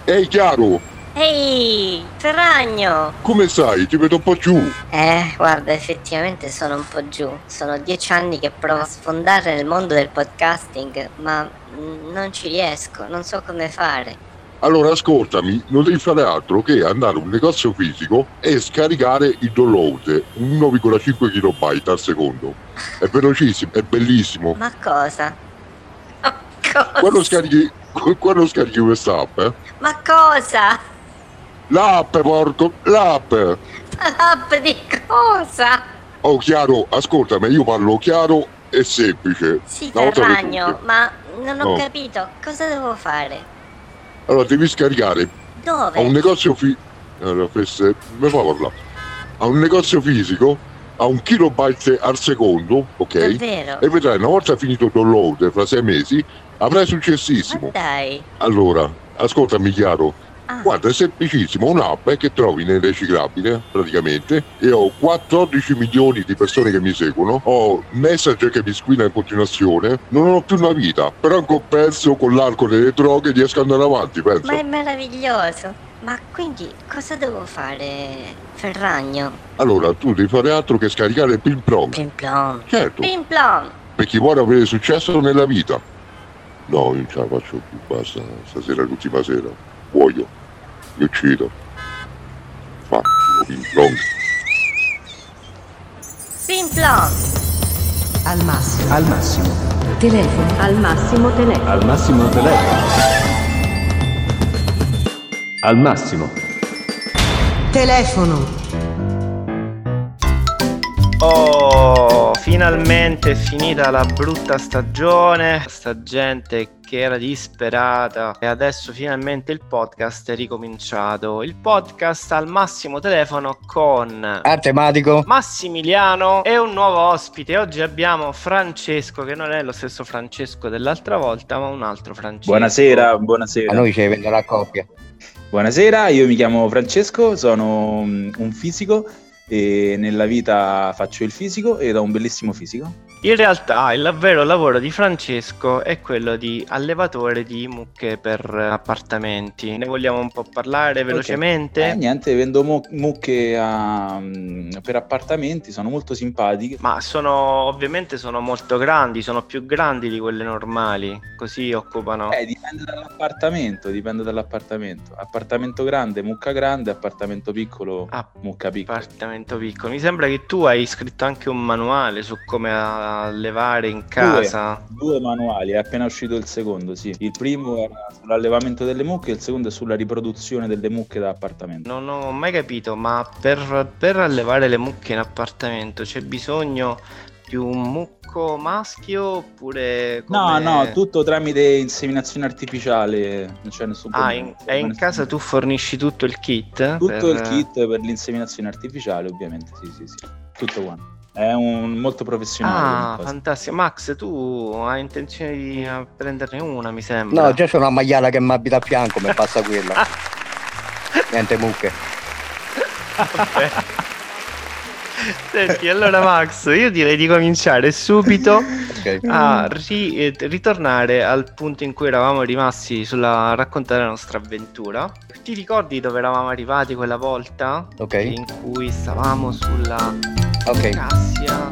Ehi, Chiaro! Ehi, Ferragno! Come stai? Ti vedo un po' giù. Guarda, effettivamente sono un po' giù. Sono 10 anni che provo a sfondare nel mondo del podcasting, ma non ci riesco, non so come fare. Allora, ascoltami, non devi fare altro che andare a un negozio fisico e scaricare il download, 1,5 KB al secondo. È velocissimo, è bellissimo. Ma cosa? Ma cosa? Quando scarichi questa app, Ma cosa? L'app, porco, l'app! L'app di cosa? Oh, Chiaro, ascoltami, io parlo chiaro e semplice. Sì, Una volta per Ferragno, tutte. ma non ho No. capito. Cosa devo fare? Allora, devi scaricare Dove? a un negozio mi fa parlare. A un negozio fisico a 1 kilobyte al secondo, ok? Davvero? E vedrai, una volta finito il download, fra 6 mesi, avrai Ma successissimo. dai. Allora, ascoltami chiaro, Ah, guarda, è semplicissimo, un'app che trovi nel riciclabile, praticamente, e ho 14 milioni di persone che mi seguono, ho Messenger che mi squilla in continuazione, non ho più una vita, però in compenso con l'alcol e le droghe riesco ad andare avanti, pensa. ma è meraviglioso. Ma quindi cosa devo fare, Ferragno? Allora, tu devi fare altro che scaricare Pim Plom. Pim plom. Certo, Pim plom. per chi vuole avere successo nella vita. No, io non ce la faccio più, basta, stasera è l'ultima sera. Muoio, mi uccido. Faccio Pim Plom. Pim plom. Al massimo. Al massimo. Telefono. Al massimo telefono. Al massimo telefono. Al massimo. Telefono. Oh, finalmente è finita la brutta stagione, sta gente che era disperata e adesso finalmente il podcast è ricominciato. Il podcast al massimo telefono con Tematico. Massimiliano e un nuovo ospite. Oggi abbiamo Francesco, che non è lo stesso Francesco dell'altra volta, ma un altro Francesco. Buonasera, buonasera. A noi ci vende la coppia. Buonasera, io mi chiamo Francesco, sono un fisico e nella vita faccio il fisico ed ho un bellissimo fisico. In realtà il vero lavoro di Francesco è quello di allevatore di mucche per appartamenti. Ne vogliamo un po' parlare velocemente? Niente, vendo mucche per appartamenti, sono molto simpatiche. Ma ovviamente sono molto grandi, sono più grandi di quelle normali, così occupano. Dipende dall'appartamento. Appartamento grande, mucca grande, appartamento piccolo, mucca piccola. Appartamento piccolo. Mi sembra che tu hai scritto anche un manuale su come allevare in casa. Due manuali, è appena uscito il secondo, sì. Il primo era sull'allevamento delle mucche, il secondo è sulla riproduzione delle mucche da appartamento. Non ho mai capito, ma per allevare le mucche in appartamento c'è bisogno di un mucco maschio oppure come... No, tutto tramite inseminazione artificiale, non c'è nessun problema. E in casa tu fornisci tutto il kit? Tutto il kit per l'inseminazione artificiale, ovviamente, sì. Tutto quanto. È molto professionale. Fantastico. Max, tu hai intenzione di prenderne una, mi sembra? No, già c'è una maiala che mi abita a fianco, mi passa quella. Niente mucche. Vabbè. Senti, allora Max, io direi di cominciare subito a ritornare al punto in cui eravamo rimasti sulla raccontare la nostra avventura. Ti ricordi dove eravamo arrivati quella volta? Ok. In cui stavamo sulla Ok. Cassia.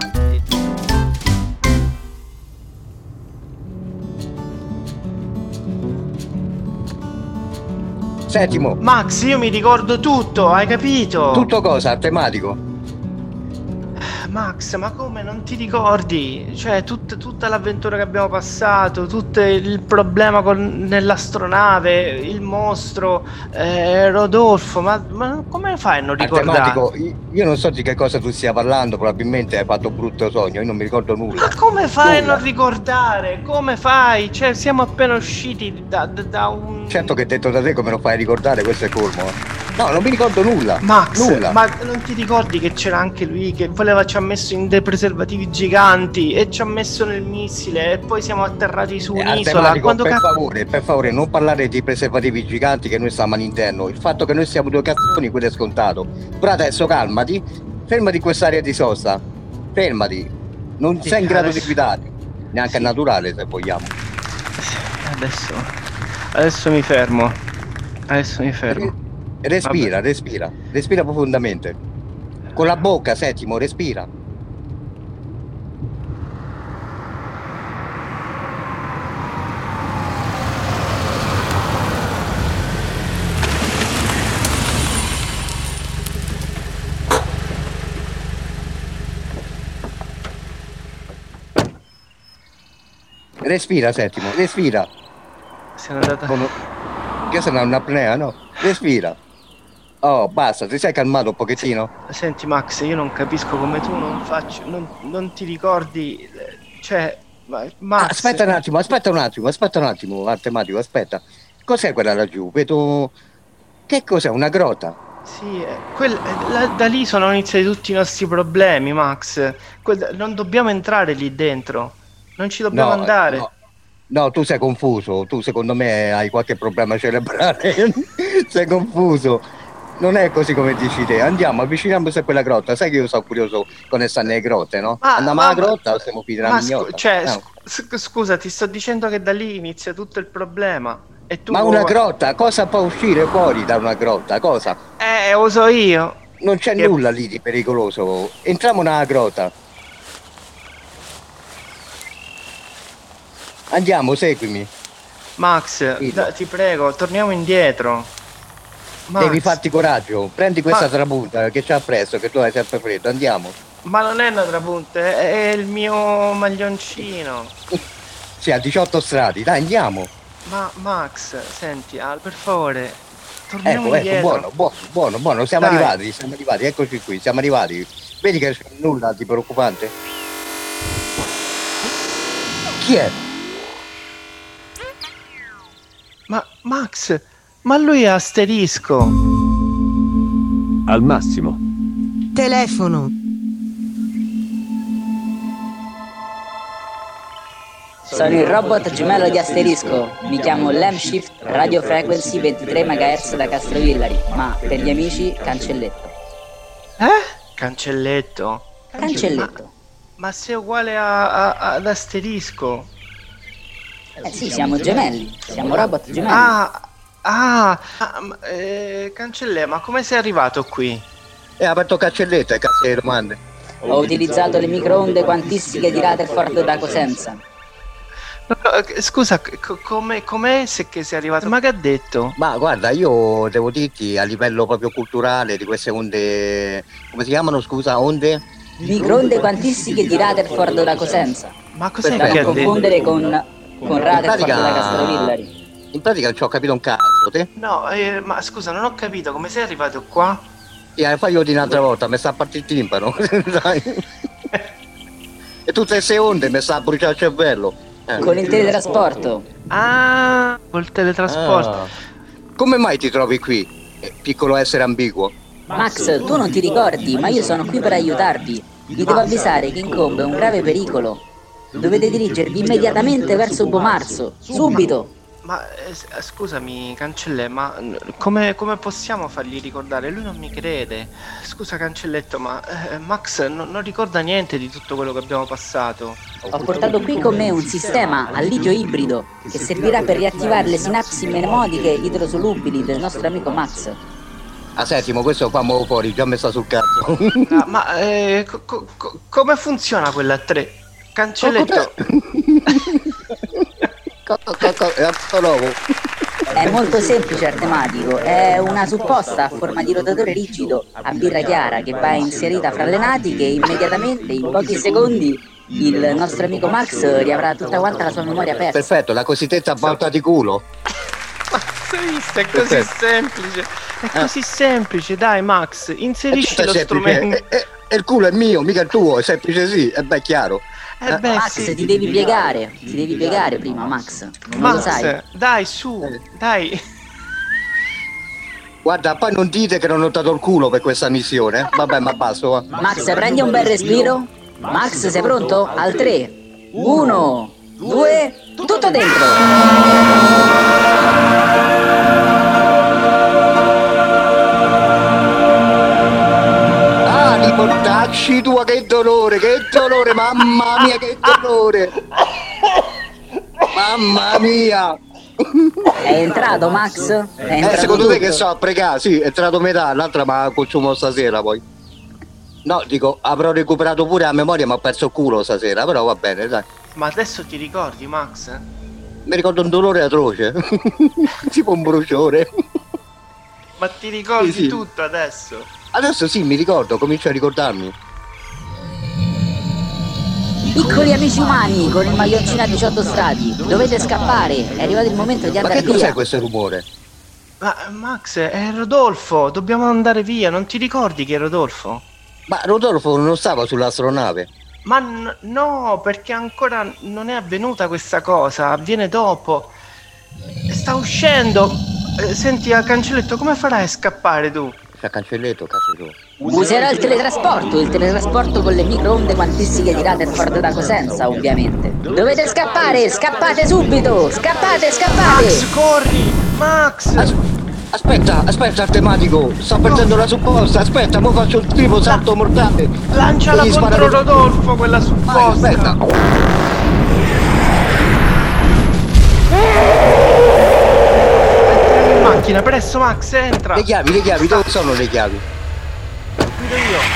Settimo. Max, io mi ricordo tutto, hai capito? Tutto cosa? Tematico. Max, ma come non ti ricordi? Cioè, tutta l'avventura che abbiamo passato, tutto il problema nell'astronave, il mostro, Rodolfo, ma come fai a non ricordare? Tematico, io non so di che cosa tu stia parlando, probabilmente hai fatto un brutto sogno, io non mi ricordo nulla. Ma come fai Nulla. a non ricordare? Come fai? Cioè, siamo appena usciti da un... Certo che detto da te come lo fai a ricordare, questo è colmo. No, non mi ricordo nulla. Max, Nulla. ma non ti ricordi che c'era anche lui che ci ha messo in dei preservativi giganti e ci ha messo nel missile e poi siamo atterrati su un'isola? Tematico, per favore, non parlare di preservativi giganti che noi stiamo all'interno. Il fatto che noi siamo due cazzoni, quello è scontato. Però adesso calmati, fermati in quest'area di sosta. Fermati. Non Sì, sei in grado di adesso- guidare. Neanche Sì. naturale, se vogliamo. Adesso mi fermo. Adesso mi fermo. Respira profondamente. Con la bocca, Settimo, respira. Respira, Settimo, respira. Sei andata... Io sono un'apnea, no? Respira. Oh, basta, ti sei calmato un pochettino? Senti Max, io non capisco come tu non ti ricordi, cioè, Max... Aspetta un attimo, Artematico, aspetta. Cos'è quella laggiù? Vedo... Che cos'è? Una grotta? Sì, da lì sono iniziati tutti i nostri problemi, Max. Non dobbiamo entrare lì dentro. Non ci dobbiamo andare. No, tu sei confuso. Tu secondo me hai qualche problema cerebrale. Sei confuso. Non è così come dici te. Andiamo, avviciniamoci a quella grotta. Sai che io sono curioso quando stanno nelle grotte, no? Andiamo alla grotta o siamo finiti una mignota? Scusa, ti sto dicendo che da lì inizia tutto il problema. E tu Ma una grotta? Cosa può uscire fuori da una grotta? Cosa? Lo so io. Non c'è nulla lì di pericoloso. Entriamo nella grotta. Andiamo, seguimi. Max, ti prego, torniamo indietro. Max. Devi farti coraggio. Prendi questa trapunta che c'ha presso, che tu hai sempre freddo. Andiamo. Ma non è una trapunta, è il mio maglioncino. Sì, a 18 strati. Dai, andiamo. Ma Max, senti, per favore, torniamo indietro. Buono. Siamo arrivati. Eccoci qui, siamo arrivati. Vedi che c'è nulla di preoccupante? Chi è? Ma Max, ma lui è Asterisco. Al massimo. Telefono. Sono il robot gemello di Asterisco. Mi chiamo Lamshift Radio Frequency 23 MHz da Castrovillari, ma per gli amici Cancelletto. Cancelletto? Cancelletto. Ma sei uguale ad Asterisco? Sì, siamo gemelli, siamo robot gemelli. Cancellè, ma come sei arrivato qui? Ha aperto Cancelletto e cazzo di domande. Ho utilizzato le microonde quantistiche di Rutherford da Cosenza. Scusa, com'è che sei arrivato? Ma che ha detto? Ma guarda, io devo dirti a livello proprio culturale di queste onde, come si chiamano, scusa, onde? Microonde quantistiche di Rutherford da Cosenza. Ma cos'è per che ha confondere detto? con Rutherford da Castrovillari. In pratica non ci ho capito un cazzo, te? No, ma scusa, non ho capito, come sei arrivato qua? Fai io di un'altra volta, mi sta a partire il timpano. E tutte queste onde mi sta a bruciare il cervello. Con il teletrasporto. Col teletrasporto. Come mai ti trovi qui, piccolo essere ambiguo? Max, tu non ti ricordi, ma io sono qui per aiutarvi. Vi devo avvisare che incombe un grave pericolo. Dovete dirigervi immediatamente verso Bomarzo, subito. Ma scusami, Cancellè, ma come possiamo fargli ricordare? Lui non mi crede. Scusa, Cancelletto, ma Max non ricorda niente di tutto quello che abbiamo passato. Ho portato qui con me un sistema a litio ibrido che servirà per riattivare le sinapsi mnemoniche idrosolubili del nostro amico Max. Settimo, questo fammo fuori, già messa sul cazzo. Come funziona quella 3? Cancelletto. È molto semplice, Artematico. È una supposta a forma di rotatore rigido a birra chiara che va inserita fra le natiche e immediatamente, in pochi secondi, il nostro amico Max riavrà tutta quanta la sua memoria persa. Perfetto, la cosiddetta botta di culo. Ma sei visto? È così semplice. È così semplice, dai Max, inserisci lo strumento. E il culo è mio, mica il tuo, è semplice sì, è beh chiaro. Max, sì. ti devi piegare prima, Max. Non lo sai. Dai, su, dai. Guarda, poi non dite che non ho dato il culo per questa missione. Vabbè, ma passo. Max, prendi un bel respiro. Max, sei pronto? Al 3. 1, 2, tutto dentro. Portacci tua, che dolore, mamma mia, che dolore. Mamma mia. È È entrato Max? È entrato secondo te tutto? che so a pregare? Sì, è entrato metà, l'altra ma consumo stasera poi. No, dico, avrò recuperato pure a memoria, ma ho perso il culo stasera, però va bene, dai. Ma adesso ti ricordi, Max? Mi ricordo un dolore atroce, tipo un bruciore. Ma ti ricordi Sì. tutto adesso? Adesso sì, mi ricordo, comincio a ricordarmi. Piccoli amici umani con il maglioncino a 18 strati, dovete scappare, è arrivato il momento di Ma andare che cos'è via. questo rumore? Ma Max, è Rodolfo, dobbiamo andare via, non ti ricordi che è Rodolfo? Ma Rodolfo non stava sull'astronave? Ma no, perché ancora non è avvenuta questa cosa, avviene dopo. Sta uscendo. Senti, a cancelletto, come farai a scappare tu? C'è cancelletto, cazzo tu. Userò il teletrasporto con le microonde quantistiche di Rutherford da Cosenza, ovviamente. Dovete scappare, scappate subito, scappate. Max, corri! Max! Aspetta, Artematico, sto perdendo la supposta, aspetta, mo faccio il tipo salto mortale. Lanciala Devi contro sparare- Rodolfo, quella supposta. Aspetta. Entra in macchina, presto Max, entra. Le chiavi, dove sono le chiavi? Guido io.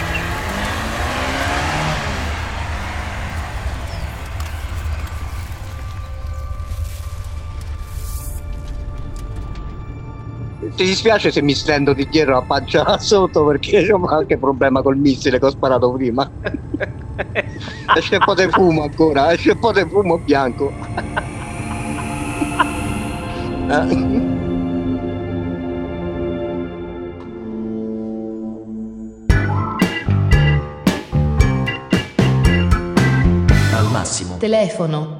Ti dispiace se mi stendo di dietro a pancia sotto perché ho anche problema col missile che ho sparato prima. Esce un po' di fumo ancora, esce un po' di fumo bianco. Al massimo. Telefono.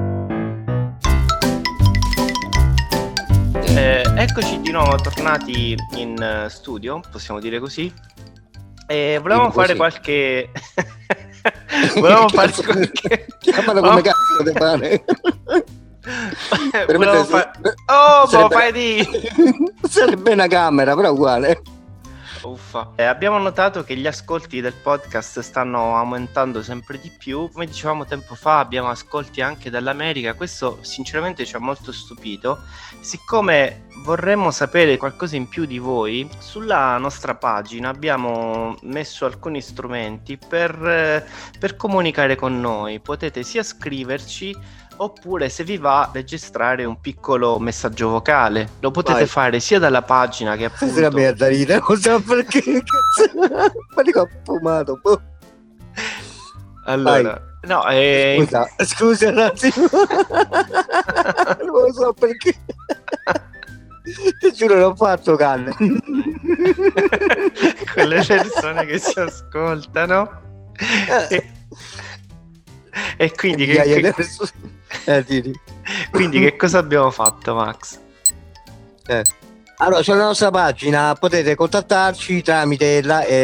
Eccoci di nuovo tornati in studio, possiamo dire così. E volevamo fare qualche. Volevamo fare qualche. Chiamalo come cazzo te pare. Volevamo fare. Oh, sarebbe- fai di. Sarebbe una camera, però uguale. Uffa. Abbiamo notato che gli ascolti del podcast stanno aumentando sempre di più. Come dicevamo tempo fa, abbiamo ascolti anche dall'America. Questo sinceramente ci ha molto stupito. Siccome vorremmo sapere qualcosa in più di voi, sulla nostra pagina abbiamo messo alcuni strumenti per comunicare con noi. Potete sia scriverci oppure, se vi va, registrare un piccolo messaggio vocale. Lo potete Vai. fare sia dalla pagina che Stasera appunto. mi da ridere, non so perché. Cazzo. Ma dico ho fumato. boh. Allora, no, Scusa un attimo. Non lo so perché. Ti giuro l'ho fatto, canne. quelle persone che si ascoltano e quindi quindi che cosa abbiamo fatto, Max? Allora, sulla nostra pagina potete contattarci tramite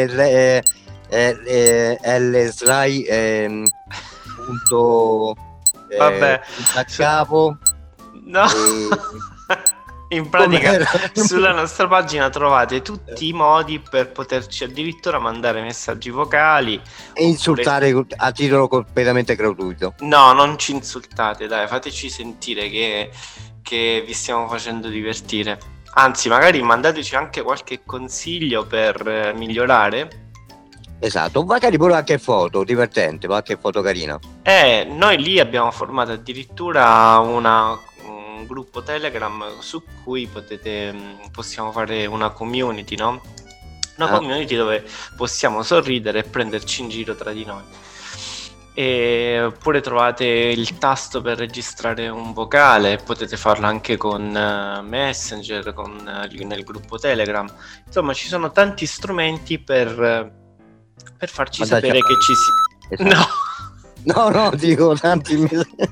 Vabbè, a capo. No. In pratica Com'era? sulla nostra pagina trovate tutti i modi per poterci addirittura mandare messaggi vocali E insultare a titolo completamente gratuito. No, non ci insultate, dai, fateci sentire che vi stiamo facendo divertire. Anzi, magari mandateci anche qualche consiglio per migliorare. Esatto, magari pure anche foto divertente, qualche foto carina. Noi lì abbiamo formato addirittura un gruppo Telegram su cui possiamo fare una community, no? Una community dove possiamo sorridere e prenderci in giro tra di noi. E pure trovate il tasto per registrare un vocale, potete farlo anche con Messenger, nel gruppo Telegram. Insomma, ci sono tanti strumenti per farci Mandarci sapere a che ci si... Esatto. No, dico tanti.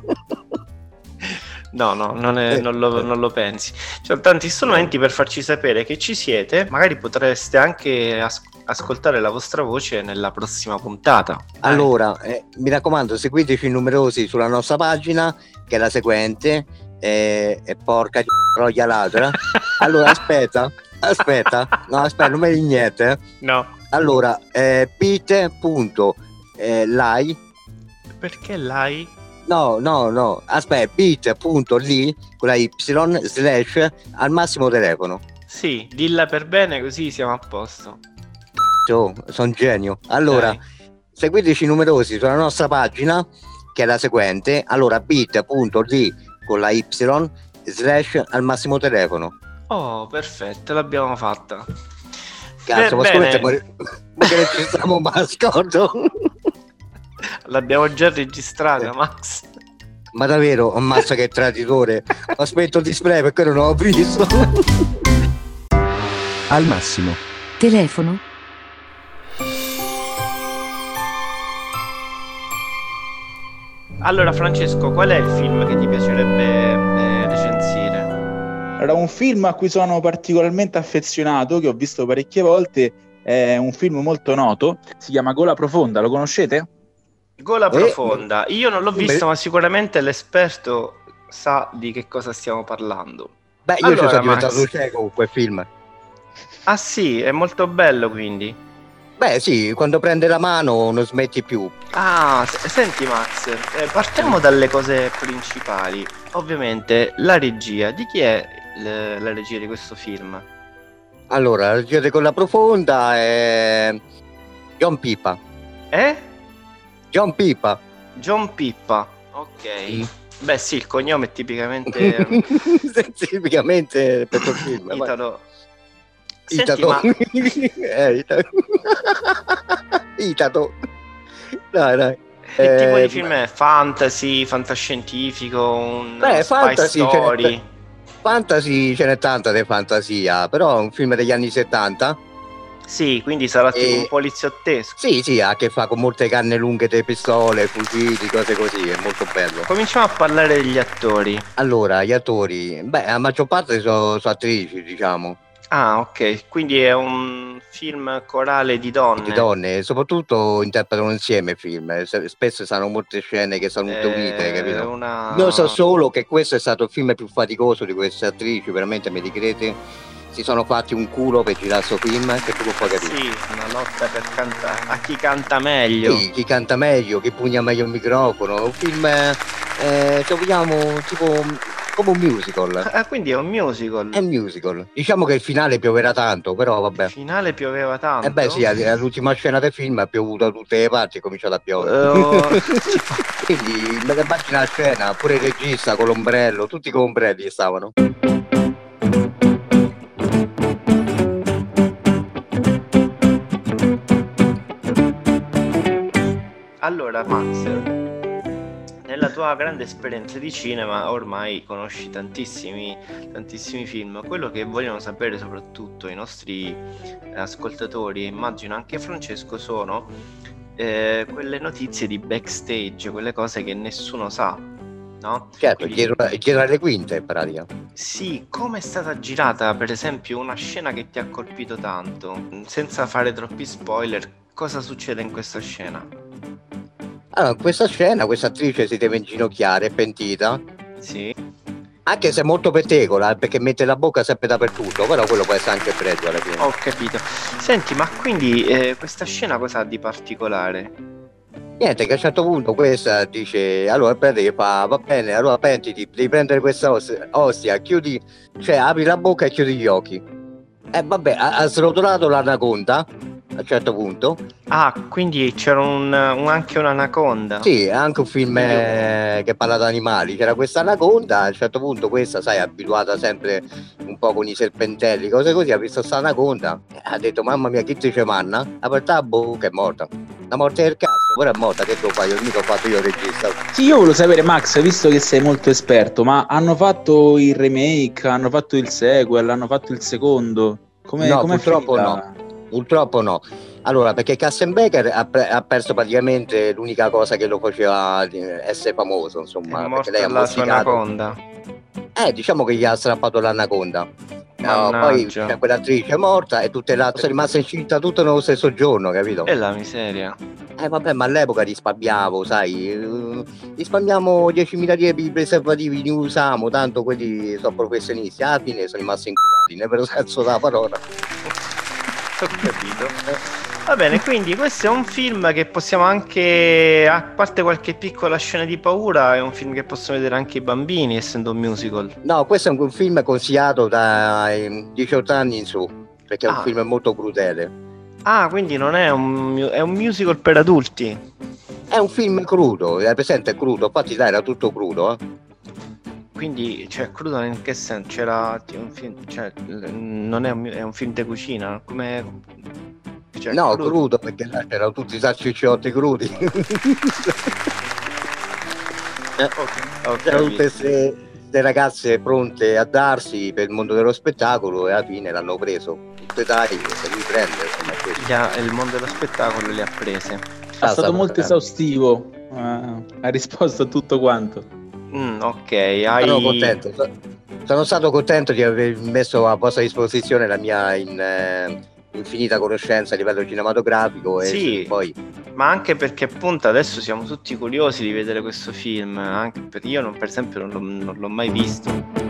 No, non lo pensi. Ci sono tanti strumenti per farci sapere che ci siete. Magari potreste anche ascoltare la vostra voce nella prossima puntata. Allora, mi raccomando, seguiteci numerosi sulla nostra pagina, che è la seguente. E porca roglia ladra. Allora, aspetta. No, aspetta, non mi dici niente. No. Allora, pite.lai. Perché l'hai? No. Aspetta, bit.ly con la y / al massimo telefono. Sì, dilla per bene così siamo a posto. Sono genio. Allora, seguiteci numerosi sulla nostra pagina, che è la seguente. Allora, bit.ly con la y / al massimo telefono. Oh, perfetto, l'abbiamo fatta. Cazzo, ma Bene. scusate, ma che registriamo mascotto? L'abbiamo già registrata, Max. Ma davvero, ammazza che traditore. Aspetto il display perché non l'ho visto. Al massimo. Telefono. Allora, Francesco, qual è il film che ti piacerebbe recensire? Era un film a cui sono particolarmente affezionato, che ho visto parecchie volte, è un film molto noto, si chiama Gola Profonda, lo conoscete? Gola Profonda. Io non l'ho visto, ma sicuramente l'esperto sa di che cosa stiamo parlando. Beh, io Allora, ci sono diventato Max. cieco con quel film. Ah sì, è molto bello quindi. Beh sì, quando prende la mano non smetti più. Ah, senti Max, partiamo dalle cose principali. Ovviamente la regia, di chi è la regia di questo film? Allora, la regia di Gola Profonda è John Pippa. John Pippa. John Pippa, ok. Sì. Beh sì, il cognome è tipicamente Tipicamente per quel film. italo. Senti, Itato. ma Itato. Dai. che tipo di film è? Fantasy, fantascientifico, un spy fantasy, story? Fantasy ce n'è tanta di fantasia, però è un film degli anni 70. Sì, quindi sarà tipo un poliziottesco. Sì, ha a che fare con molte canne lunghe delle pistole, fucili, cose così, è molto bello. Cominciamo a parlare degli attori. Allora, gli attori, beh, la maggior parte sono attrici, diciamo. Ah, ok, quindi è un film corale di donne. Di donne, soprattutto interpretano insieme film, spesso sanno molte scene che sono tutte unite, capito? Io so solo che questo è stato il film più faticoso di queste attrici, veramente mi ricredete? Si sono fatti un culo per girare questo film, che tu non puoi capire. Sì, una lotta per cantare, a chi canta meglio. Sì, chi canta meglio, chi pugna meglio il microfono, un film, se vogliamo, tipo come un musical. Ah, quindi è un musical. È un musical. Diciamo che il finale pioverà tanto, però vabbè. Il finale pioveva tanto? Beh sì, all'ultima scena del film ha piovuto da tutte le parti e è cominciato a piovere. Quindi me la immagino la scena, pure il regista con l'ombrello, tutti con ombrelli stavano. Allora, Max, nella tua grande esperienza di cinema ormai conosci tantissimi film. Quello che vogliono sapere soprattutto i nostri ascoltatori, immagino anche Francesco, sono quelle notizie di backstage, quelle cose che nessuno sa, no? Certo, Quindi, dietro alle quinte in pratica. sì, come è stata girata per esempio una scena che ti ha colpito tanto? Senza fare troppi spoiler, cosa succede in questa scena? Allora, in questa scena questa attrice si deve inginocchiare, è pentita. Sì. Anche se è molto pettecola, perché mette la bocca sempre dappertutto, però quello può essere anche pregio alla fine. Ho capito. Senti, ma quindi questa scena cosa ha di particolare? Niente, che a un certo punto questa dice, allora prende che fa, va bene, allora pentiti, devi prendere questa ostia, chiudi, cioè apri la bocca e chiudi gli occhi. E vabbè, ha srotolato l'anaconda a un certo punto. Ah, quindi c'era anche un'anaconda. Sì, anche un film che parla di animali. C'era questa anaconda, a un certo punto questa, sai, è abituata sempre un po' con i serpentelli, cose così, ha visto sta anaconda, ha detto mamma mia chi ti ci manna? Ha aperto la bocca, è morta. La morte del cazzo, però è morta, che tu fai? Io mica ho fatto io il regista. Sì, io volevo sapere, Max, visto che sei molto esperto, ma hanno fatto il remake, hanno fatto il sequel, hanno fatto il secondo? No, purtroppo no. Purtroppo no. Allora, perché Kassenbecker ha perso praticamente l'unica cosa che lo faceva essere famoso, insomma. È perché lei ha morta la sua mozzicato. anaconda. Diciamo che gli ha strappato l'anaconda. No, poi c'è quell'attrice morta e tutte le altre sono rimaste incinta tutte nello stesso giorno, capito? È la miseria. Vabbè, ma all'epoca risparmiavo, sai, risparmiamo 10.000 euro di preservativi, li usiamo, tanto quelli sono professionisti, alla fine sono rimasti inculati, ne per senso della parola. Ho capito. Va bene, quindi questo è un film che possiamo anche, a parte qualche piccola scena di paura, è un film che possono vedere anche i bambini, essendo un musical. No, questo è un film consigliato dai 18 anni in su, perché è un film molto crudele. Ah, quindi non è è un musical per adulti. È un film crudo, è presente, è crudo, infatti dai, era tutto crudo. Quindi, cioè, crudo in che senso? C'era un film, cioè, non è un film di cucina, come... Cioè, no, crudo, perché là c'erano tutti i salsicciotti crudi. C'erano tutte queste ragazze pronte a darsi per il mondo dello spettacolo e alla fine l'hanno preso. Tutte dai, se li prende. Il mondo dello spettacolo le ha prese. È stato molto esaustivo, ha risposto a tutto quanto. Ok, sono contento. Sono stato contento di aver messo a vostra disposizione la mia infinita conoscenza a livello cinematografico e sì, poi... ma anche perché appunto adesso siamo tutti curiosi di vedere questo film, anche perché io per esempio non l'ho mai visto.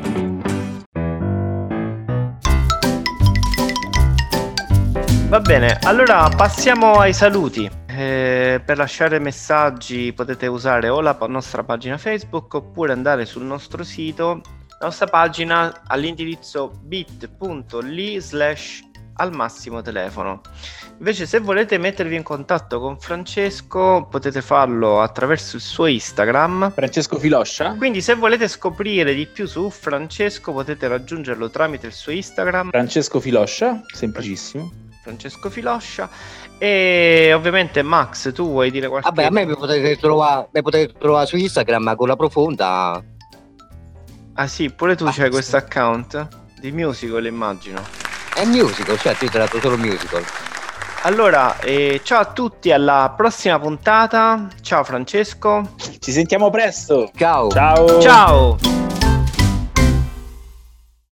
Va bene, allora passiamo ai saluti. Per lasciare messaggi potete usare o la nostra pagina Facebook oppure andare sul nostro sito, la nostra pagina all'indirizzo bit.ly/almassimotelefono. Invece se volete mettervi in contatto con Francesco potete farlo attraverso il suo Instagram, Francesco Filoscia. Quindi se volete scoprire di più su Francesco potete raggiungerlo tramite il suo Instagram, Francesco Filoscia, semplicissimo, Francesco Filoscia. E ovviamente Max, tu vuoi dire qualche... Vabbè, a me mi potete trovare su Instagram con la profonda. Ah sì, pure tu c'hai questo account di musical, immagino. È musical, cioè ti tratto solo musical. Allora, ciao a tutti, alla prossima puntata. Ciao Francesco. Ci sentiamo presto. Ciao. Ciao. Ciao.